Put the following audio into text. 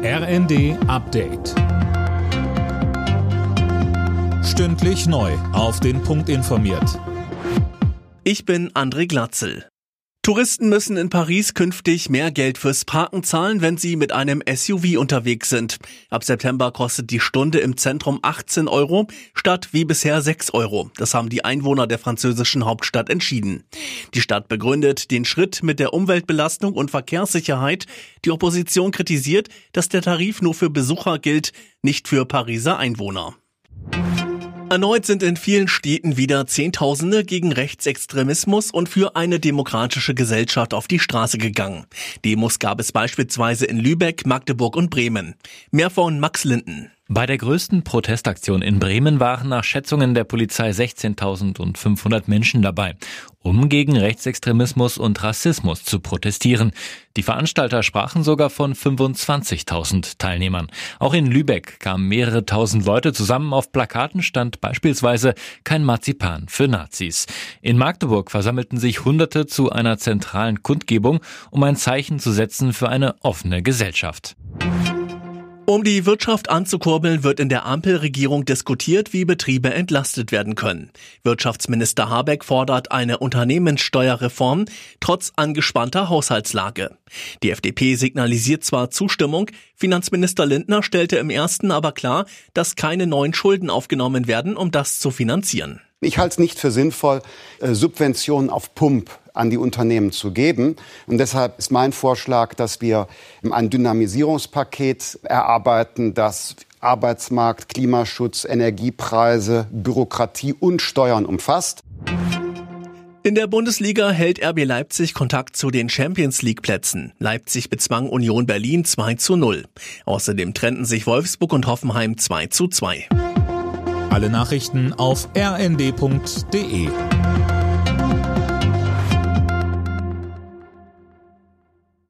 RND Update. Stündlich neu auf den Punkt informiert. Ich bin André Glatzel. Touristen müssen in Paris künftig mehr Geld fürs Parken zahlen, wenn sie mit einem SUV unterwegs sind. Ab September kostet die Stunde im Zentrum 18 € statt wie bisher 6 €. Das haben die Einwohner der französischen Hauptstadt entschieden. Die Stadt begründet den Schritt mit der Umweltbelastung und Verkehrssicherheit. Die Opposition kritisiert, dass der Tarif nur für Besucher gilt, nicht für Pariser Einwohner. Erneut sind in vielen Städten wieder Zehntausende gegen Rechtsextremismus und für eine demokratische Gesellschaft auf die Straße gegangen. Demos gab es beispielsweise in Lübeck, Magdeburg und Bremen. Mehr von Max Linden. Bei der größten Protestaktion in Bremen waren nach Schätzungen der Polizei 16.500 Menschen dabei, um gegen Rechtsextremismus und Rassismus zu protestieren. Die Veranstalter sprachen sogar von 25.000 Teilnehmern. Auch in Lübeck kamen mehrere tausend Leute zusammen. Auf Plakaten stand beispielsweise "Kein Marzipan für Nazis". In Magdeburg versammelten sich Hunderte zu einer zentralen Kundgebung, um ein Zeichen zu setzen für eine offene Gesellschaft. Um die Wirtschaft anzukurbeln, wird in der Ampelregierung diskutiert, wie Betriebe entlastet werden können. Wirtschaftsminister Habeck fordert eine Unternehmenssteuerreform trotz angespannter Haushaltslage. Die FDP signalisiert zwar Zustimmung, Finanzminister Lindner stellte im ersten aber klar, dass keine neuen Schulden aufgenommen werden, um das zu finanzieren. Ich halte es nicht für sinnvoll, Subventionen auf Pump an die Unternehmen zu geben. Und deshalb ist mein Vorschlag, dass wir ein Dynamisierungspaket erarbeiten, das Arbeitsmarkt, Klimaschutz, Energiepreise, Bürokratie und Steuern umfasst. In der Bundesliga hält RB Leipzig Kontakt zu den Champions-League-Plätzen. Leipzig bezwang Union Berlin 2:0. Außerdem trennten sich Wolfsburg und Hoffenheim 2:2. Alle Nachrichten auf rnd.de.